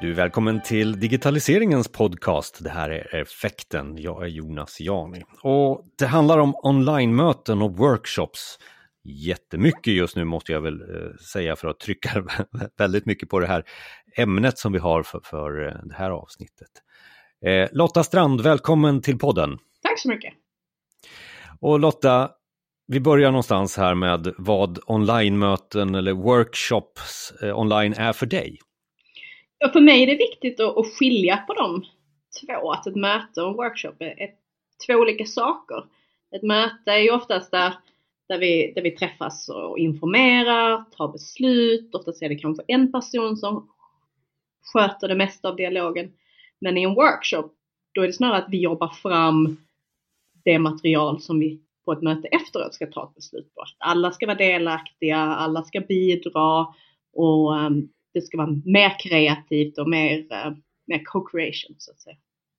Du är välkommen till digitaliseringens podcast. Det här är Effekten. Jag är Jonas Jani. Och det handlar om online-möten och workshops. Jättemycket just nu måste jag väl säga för att trycka väldigt mycket på det här ämnet som vi har för det här avsnittet. Lotta Strand, välkommen till podden. Tack så mycket. Och Lotta, vi börjar någonstans här med vad online-möten eller workshops online är för dig. Och för mig är det viktigt att skilja på de två. Att ett möte och en workshop är två olika saker. Ett möte är ju oftast där vi träffas och informerar, tar beslut. Oftast är det kanske en person som sköter det mesta av dialogen. Men i en workshop, då är det snarare att vi jobbar fram det material som vi på ett möte efteråt ska ta ett beslut på. Alla ska vara delaktiga, alla ska bidra och det ska vara mer kreativt och mer co-creation så att säga.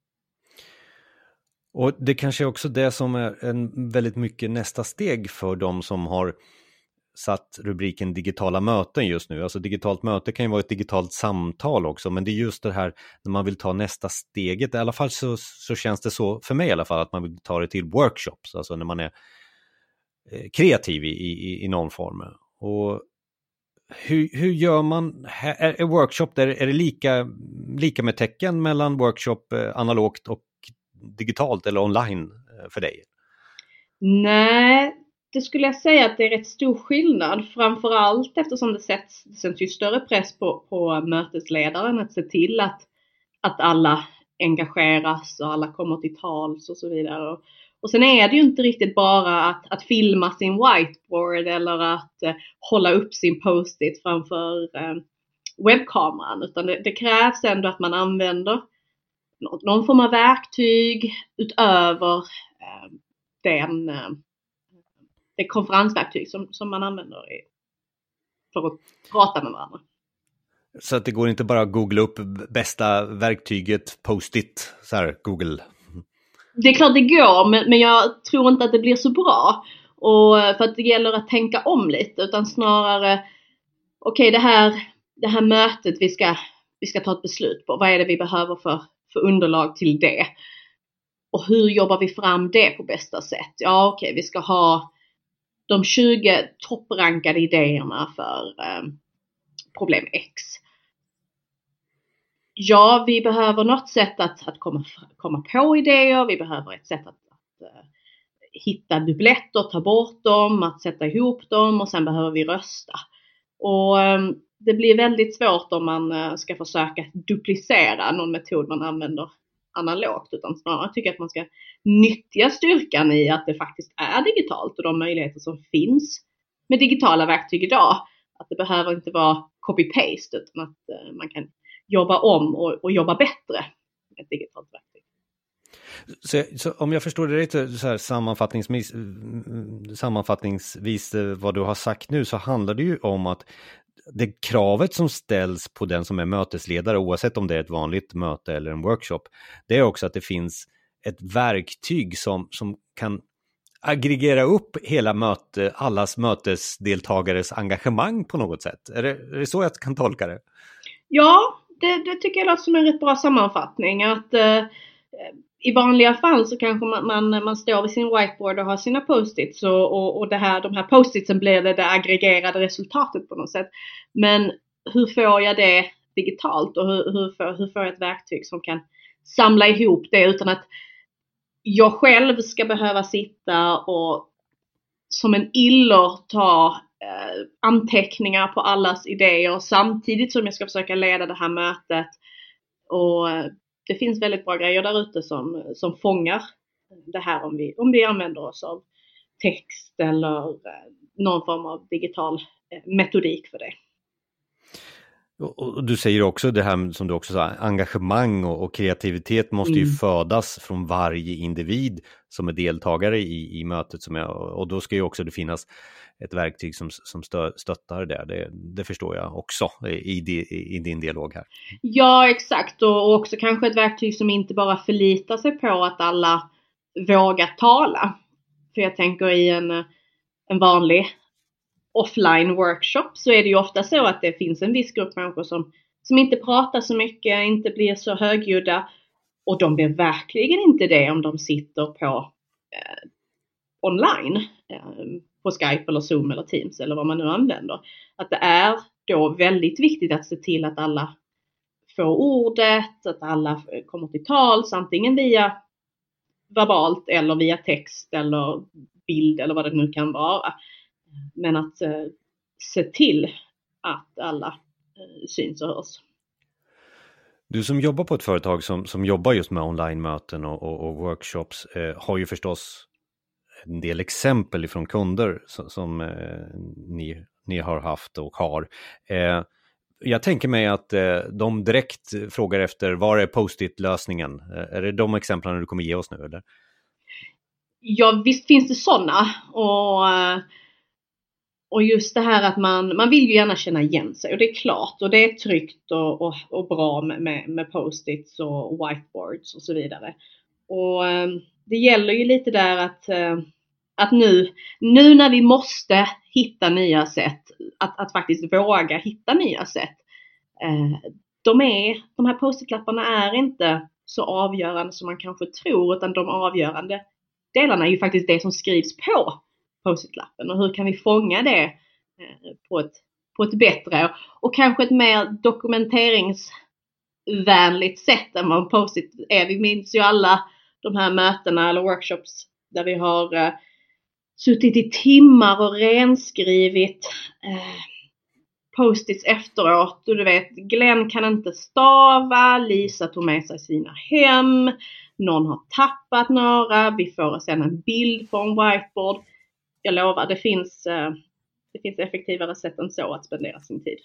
Och det kanske är också det som är en väldigt mycket nästa steg för de som har satt rubriken digitala möten just nu. Alltså digitalt möte kan ju vara ett digitalt samtal också, men det är just det här när man vill ta nästa steget. I alla fall så känns det så för mig i alla fall att man vill ta det till workshops, alltså när man är kreativ i någon form. Och hur gör man? Är workshop där, är det lika med tecken mellan workshop analogt och digitalt eller online för dig? Nej, det skulle jag säga att det är rätt stor skillnad. Framförallt eftersom det sätts ju större press på mötesledaren att se till att alla engageras och alla kommer till tals och så vidare. Och sen är det ju inte riktigt bara att filma sin whiteboard eller att hålla upp sin post-it framför webbkameran. Utan det krävs ändå att man använder någon form av verktyg utöver det konferensverktyg som man använder för att prata med varandra. Så att det går inte bara att googla upp bästa verktyget post-it, så här Google. Det är klart det går, men jag tror inte att det blir så bra. Och för att det gäller att tänka om lite, utan snarare okej, det här mötet vi ska ta ett beslut på. Vad är det vi behöver för underlag till det? Och hur jobbar vi fram det på bästa sätt? Ja, okej, vi ska ha de 20 topprankade idéerna för problem X. Ja, vi behöver något sätt att komma på idéer. Vi behöver ett sätt att hitta dubbletter, ta bort dem, att sätta ihop dem och sen behöver vi rösta. Och det blir väldigt svårt om man ska försöka duplicera någon metod man använder analogt, utan snarare tycker att man ska nyttja styrkan i att det faktiskt är digitalt och de möjligheter som finns med digitala verktyg idag. Att det behöver inte vara copy-paste utan att man kan jobba om och jobba bättre med ett digitalt verktyg. Så om jag förstår det rätt så här sammanfattningsvis vad du har sagt nu, så handlar det ju om att det kravet som ställs på den som är mötesledare, oavsett om det är ett vanligt möte eller en workshop, det är också att det finns ett verktyg som kan aggregera upp allas mötesdeltagares engagemang på något sätt. Är det så jag kan tolka det? Ja, det tycker jag låter som en rätt bra sammanfattning. Att i vanliga fall så kanske man står vid sin whiteboard och har sina post-its och de här post-itsen blir det aggregerade resultatet på något sätt. Men hur får jag det digitalt och hur får jag ett verktyg som kan samla ihop det utan att jag själv ska behöva sitta och som en iller ta anteckningar på allas idéer samtidigt som jag ska försöka leda det här mötet. Och det finns väldigt bra grejer där ute som fångar det här om vi använder oss av text eller någon form av digital metodik för det. Och du säger också det här som du också sa, engagemang och kreativitet måste ju födas från varje individ som är deltagare i mötet och då ska ju också det finnas ett verktyg som stöttar det. Det förstår jag också i din dialog här. Ja, exakt. Och också kanske ett verktyg som inte bara förlitar sig på att alla vågar tala. För jag tänker i en vanlig offline workshop så är det ju ofta så att det finns en viss grupp människor som inte pratar så mycket, inte blir så högljudda. Och de blir verkligen inte det om de sitter på online. På Skype eller Zoom eller Teams eller vad man nu använder. Att det är då väldigt viktigt att se till att alla får ordet, att alla kommer till tals, antingen via verbalt eller via text eller bild eller vad det nu kan vara. Men att se till att alla syns och hörs. Du som jobbar på ett företag som jobbar just med online-möten och workshops har ju förstås en del exempel ifrån kunder som ni har haft och har. Jag tänker mig att de direkt frågar efter var är post-it-lösningen? Är det de exemplen du kommer ge oss nu eller? Ja, visst finns det sådana. Och just det här att man vill ju gärna känna igen sig. Och det är klart. Och det är tryggt och bra med post-its och whiteboards och så vidare. Och det gäller ju lite där att nu när vi måste hitta nya sätt. Att faktiskt våga hitta nya sätt. De här post-it-lapparna är inte så avgörande som man kanske tror. Utan de avgörande delarna är ju faktiskt det som skrivs på post-it-lappen. Och hur kan vi fånga det på ett bättre och kanske ett mer dokumenteringsvänligt sätt än vad post-it är. Vi minns ju alla de här mötena eller workshops där vi har suttit i timmar och renskrivit post-its efteråt. Och du vet, Glenn kan inte stava, Lisa tog med sig sina hem, någon har tappat några, vi får sedan en bild på en whiteboard. Jag lovar, det finns effektivare sätt än så att spendera sin tid.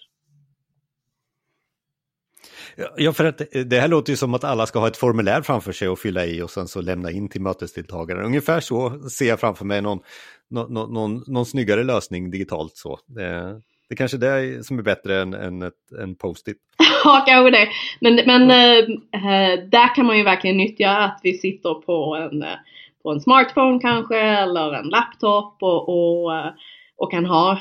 Ja, för att det här låter ju som att alla ska ha ett formulär framför sig och fylla i och sen så lämna in till mötesdeltagaren. Ungefär så ser jag framför mig någon snyggare lösning digitalt så. Det kanske det är som är bättre än en post-it. Ja, kanske det. Men där kan man ju verkligen nyttja att vi sitter på en smartphone kanske eller en laptop och kan ha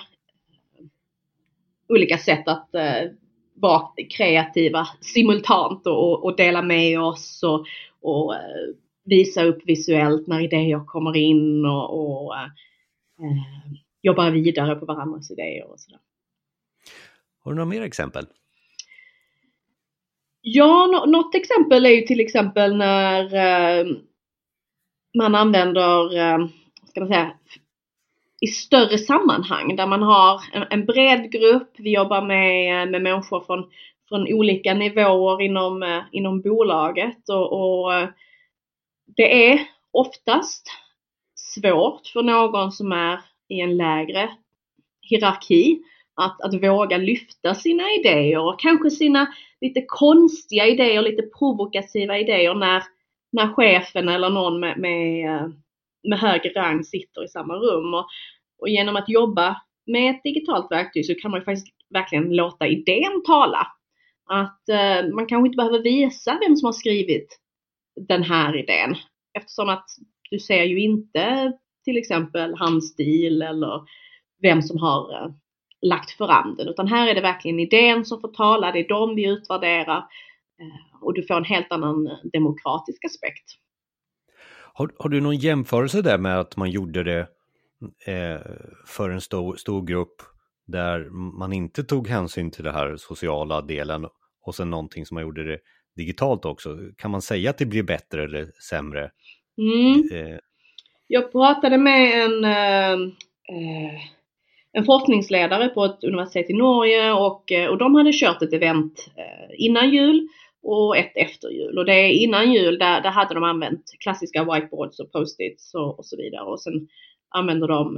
olika sätt att vara kreativa simultant och dela med oss och visa upp visuellt när idéer kommer in och jobba vidare på varandras idéer och sådär. Har du några mer exempel? Ja, något exempel är ju till exempel när man använder, ska man säga, i större sammanhang där man har en bred grupp. Vi jobbar med människor från olika nivåer inom bolaget och det är oftast svårt för någon som är i en lägre hierarki att våga lyfta sina idéer och kanske sina lite konstiga idéer, lite provokativa idéer när chefen eller någon med högre rang sitter i samma rum. Och genom att jobba med ett digitalt verktyg så kan man ju faktiskt verkligen låta idén tala. Att man kanske inte behöver visa vem som har skrivit den här idén. Eftersom att du ser ju inte till exempel handstil eller vem som har lagt fram den. Utan här är det verkligen idén som får tala, det är dem vi utvärderar och du får en helt annan demokratisk aspekt. Har du någon jämförelse där med att man gjorde det för en stor grupp där man inte tog hänsyn till det här sociala delen och sen någonting som man gjorde det digitalt också? Kan man säga att det blir bättre eller sämre? Jag pratade med en forskningsledare på ett universitet i Norge och de hade kört ett event innan jul och ett efter jul. Och det innan jul där hade de använt klassiska whiteboards och post-its och så vidare. Och sen använder de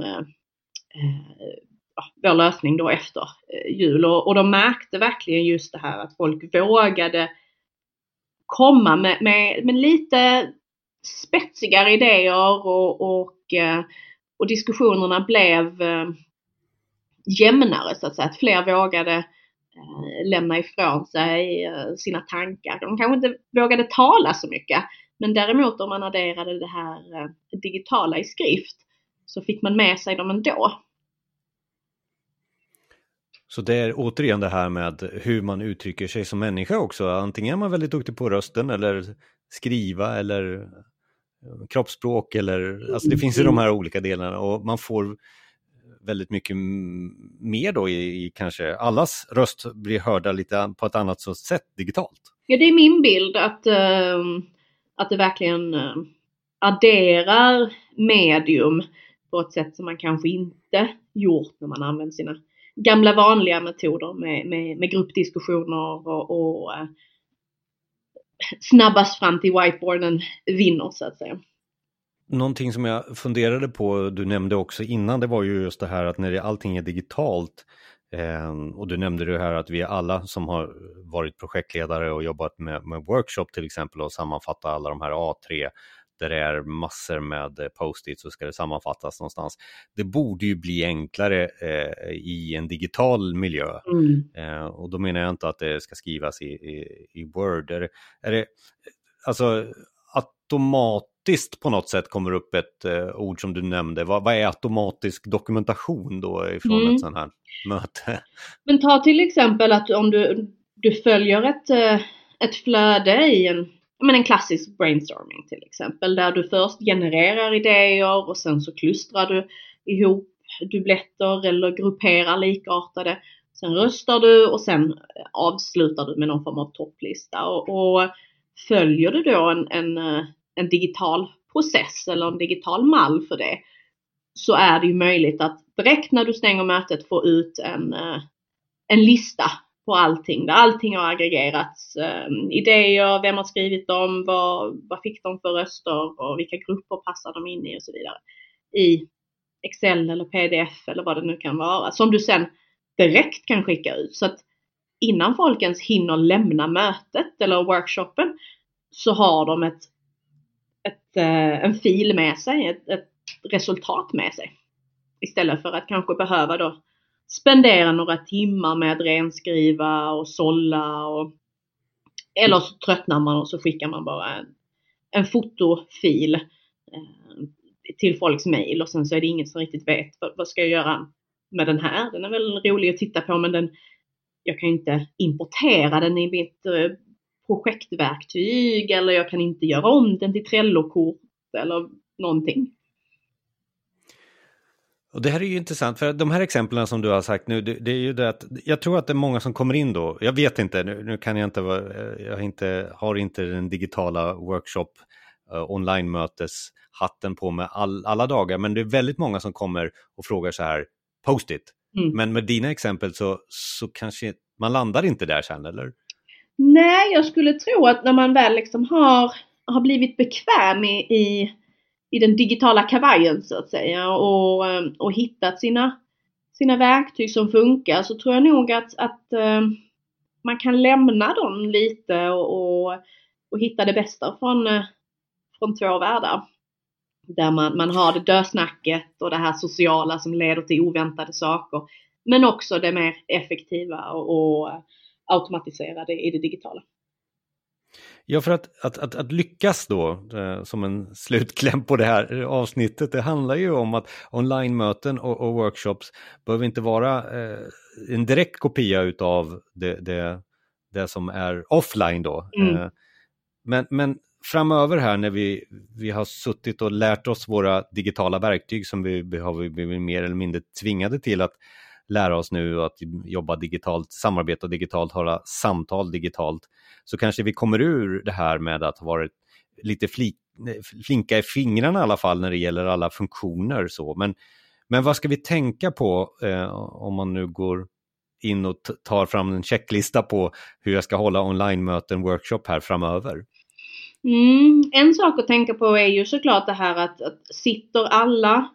vår lösning då efter jul. Och de märkte verkligen just det här att folk vågade komma med lite spetsigare idéer och diskussionerna blev jämnare så att säga. Att fler vågade lämna ifrån sig sina tankar. De kanske inte vågade tala så mycket. Men däremot om man adderade det här digitala i skrift så fick man med sig dem ändå. Så det är återigen det här med hur man uttrycker sig som människa också. Antingen är man väldigt duktig på rösten eller skriva eller kroppsspråk eller, alltså det finns ju de här olika delarna och man får väldigt mycket mer då i kanske allas röst blir hörda lite på ett annat sätt digitalt. Ja, det är min bild att det verkligen adderar medium på ett sätt som man kanske inte gjort när man använder sina gamla vanliga metoder med gruppdiskussioner och snabbast fram till whiteboarden vinner så att säga. Någonting som jag funderade på, du nämnde också innan, det var ju just det här att när allting är digitalt och du nämnde det här att vi alla som har varit projektledare och jobbat med workshop till exempel och sammanfatta alla de här A3 där det är massor med post-it så ska det sammanfattas någonstans. Det borde ju bli enklare i en digital miljö. Och då menar jag inte att det ska skrivas i Word. Är det alltså automatiskt på något sätt kommer upp ett ord som du nämnde. Vad är automatisk dokumentation då ifrån ett sånt här möte? Men ta till exempel att om du följer ett flöde i en klassisk brainstorming till exempel, där du först genererar idéer och sen så klustrar du ihop dubbletter eller grupperar likartade. Sen röstar du och sen avslutar du med någon form av topplista. Och följer du då en digital process eller en digital mall för det, så är det ju möjligt att direkt när du stänger mötet få ut en lista på allting. Där allting har aggregerats. Idéer, vem har skrivit dem, vad fick de för röster och vilka grupper passar de in i och så vidare. I Excel eller PDF eller vad det nu kan vara. Som du sen direkt kan skicka ut. Så att innan folk ens hinner lämna mötet eller workshopen så har de en fil med sig, ett resultat med sig. Istället för att kanske behöva då spendera några timmar med att renskriva och sålla eller så tröttnar man och så skickar man bara en fotofil till folks mejl och sen så är det ingen som riktigt vet vad ska jag göra med den här. Den är väl rolig att titta på men jag kan inte importera den i mitt projektverktyg eller jag kan inte göra om den till Trello-kort eller någonting. Och det här är ju intressant för de här exemplen som du har sagt nu, det är ju det att jag tror att det är många som kommer in då. Jag vet inte, nu kan jag inte har inte den digitala workshop online-möteshatten på mig alla dagar, men det är väldigt många som kommer och frågar så här, post-it. Men med dina exempel så kanske man landar inte där sen, eller? Nej, jag skulle tro att när man väl liksom har blivit bekväm i den digitala kavajen så att säga och hittat sina verktyg som funkar, så tror jag nog att man kan lämna dem lite och hitta det bästa från två världar. Där man har det dösnacket och det här sociala som leder till oväntade saker, men också det mer effektiva och automatiserade i det digitala. Ja, för att lyckas då som en slutkläm på det här avsnittet, det handlar ju om att online-möten och workshops behöver inte vara en direkt kopia utav det som är offline då. Men framöver här när vi har suttit och lärt oss våra digitala verktyg som vi har blivit mer eller mindre tvingade till att lära oss nu att jobba digitalt, samarbeta digitalt, hålla samtal digitalt, så kanske vi kommer ur det här med att ha varit lite flinka i fingrarna i alla fall när det gäller alla funktioner. Så. Men vad ska vi tänka på om man nu går in och tar fram en checklista på hur jag ska hålla online-möten, workshop här framöver? En sak att tänka på är ju såklart det här att sitter alla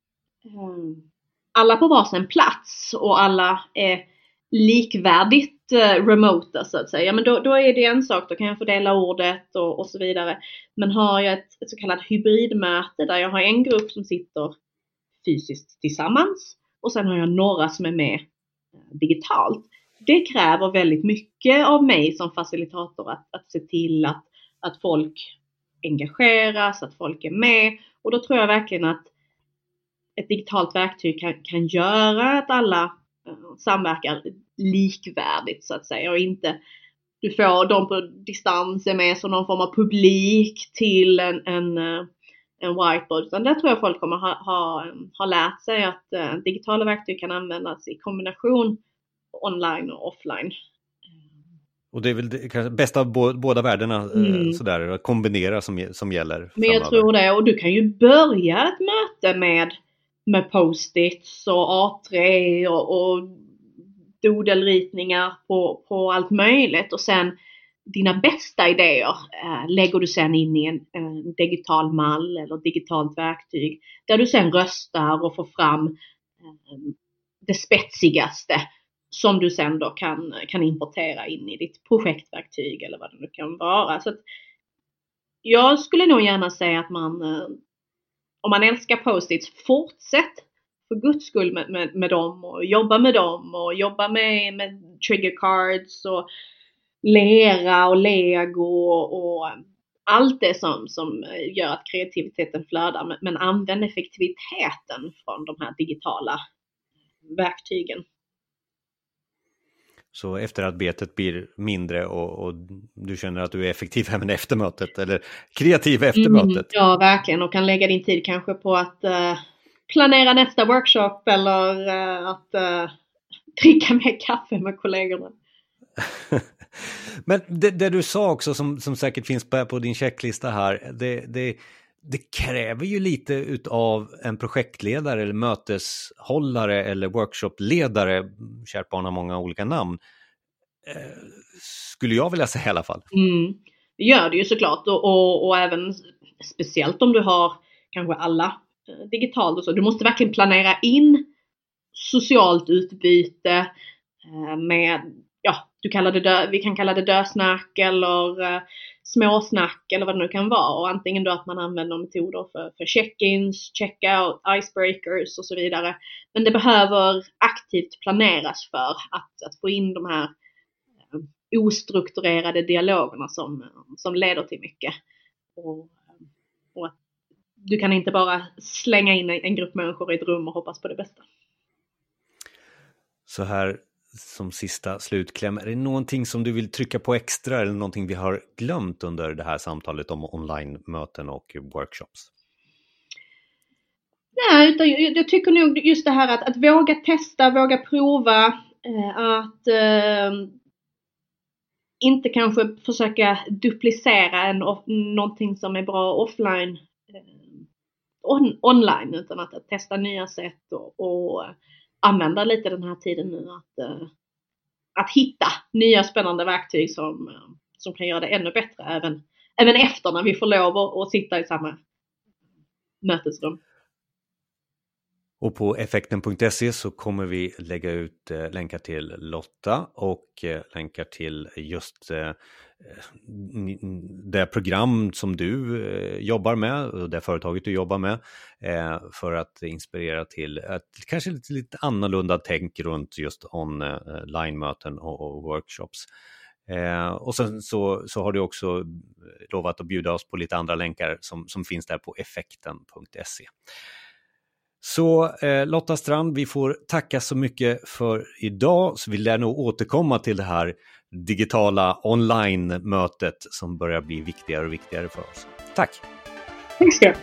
på varsin plats och alla är likvärdigt remote så att säga. Men då är det en sak, då kan jag fördela ordet och så vidare. Men har jag ett så kallat hybridmöte där jag har en grupp som sitter fysiskt tillsammans och sen har jag några som är med digitalt. Det kräver väldigt mycket av mig som facilitator att se till att folk engageras, att folk är med. Och då tror jag verkligen att ett digitalt verktyg kan göra att alla samverkar likvärdigt så att säga, och inte du får dem på distans är med som någon form av publik till en whiteboard. Utan där tror jag folk kommer ha lärt sig att digitala verktyg kan användas i kombination online och offline. Och det är väl det bästa av båda världarna sådär, att kombinera som gäller framöver. Men jag tror det, och du kan ju börja ett möte med post-its och A3 och dodelritningar på allt möjligt, och sen dina bästa idéer lägger du sen in i en digital mall eller digitalt verktyg där du sen röstar och får fram det spetsigaste som du sen då kan importera in i ditt projektverktyg eller vad det nu kan vara. Så att jag skulle nog gärna säga att om man älskar post-its, fortsätt för guds skull med dem och jobba med trigger cards och lera och lego och allt det som gör att kreativiteten flödar, men använd effektiviteten från de här digitala verktygen. Så efterarbetet blir mindre och du känner att du är effektiv även efter mötet, eller kreativ efter mötet? Ja, verkligen, och kan lägga din tid kanske på att planera nästa workshop eller att dricka mer kaffe med kollegorna. Men det du sa också som säkert finns på din checklista här, det kräver ju lite utav en projektledare eller möteshållare eller workshopledare, kärt barn har många olika namn, skulle jag vilja säga i alla fall. Det gör det ju såklart, och även speciellt om du har kanske alla digitalt och så. Du måste verkligen planera in socialt utbyte med, vi kan kalla det dösnack eller småsnack eller vad det nu kan vara, och antingen då att man använder metoder för check-ins, check-out, icebreakers och så vidare. Men det behöver aktivt planeras för att få in de här ostrukturerade dialogerna som leder till mycket. Och att du kan inte bara slänga in en grupp människor i ett rum och hoppas på det bästa. Så här som sista slutkläm, är det någonting som du vill trycka på extra eller någonting vi har glömt under det här samtalet om online-möten och workshops? Nej, utan jag tycker nog just det här att våga testa, våga prova, att inte kanske försöka duplicera någonting som är bra offline online, utan att testa nya sätt och använda lite den här tiden nu att hitta nya spännande verktyg som kan göra det ännu bättre även efter när vi får lov att sitta i samma mötesrum. Och på effekten.se så kommer vi lägga ut länkar till Lotta och länkar till just det program som du jobbar med och det företaget du jobbar med, för att inspirera till ett kanske lite annorlunda tänk runt just online-möten och workshops. Och sen så har du också lovat att bjuda oss på lite andra länkar som finns där på effekten.se. Så Lotta Strand, vi får tacka så mycket för idag, så vi lär nog återkomma till det här digitala online-mötet som börjar bli viktigare och viktigare för oss. Tack! Tack ska du.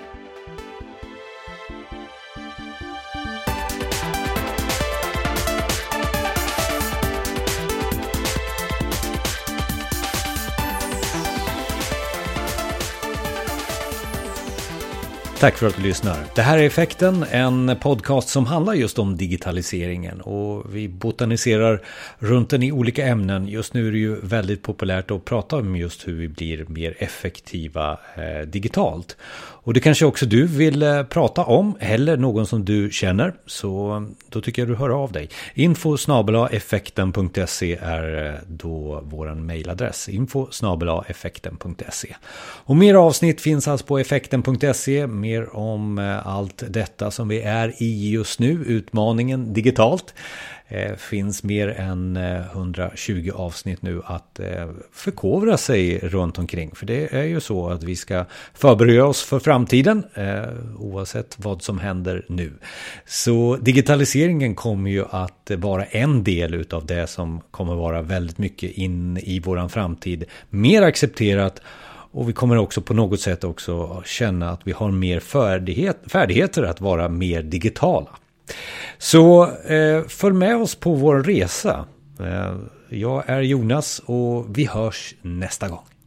Tack för att du lyssnar. Det här är Effekten, en podcast som handlar just om digitaliseringen, och vi botaniserar runt den i olika ämnen. Just nu är det ju väldigt populärt att prata om just hur vi blir mer effektiva digitalt. Och det kanske också du vill prata om, eller någon som du känner, så då tycker jag du hör av dig. info@effekten.se är då våran mejladress. info@effekten.se. Och mer avsnitt finns alltså på effekten.se. Mer om allt detta som vi är i just nu, utmaningen digitalt. Finns mer än 120 avsnitt nu att förkovra sig runt omkring. För det är ju så att vi ska förbereda oss för framtiden oavsett vad som händer nu. Så digitaliseringen kommer ju att vara en del utav det som kommer vara väldigt mycket in i våran framtid. Mer accepterat. Och vi kommer också på något sätt också känna att vi har mer färdigheter att vara mer digitala. Så följ med oss på vår resa. Jag är Jonas och vi hörs nästa gång.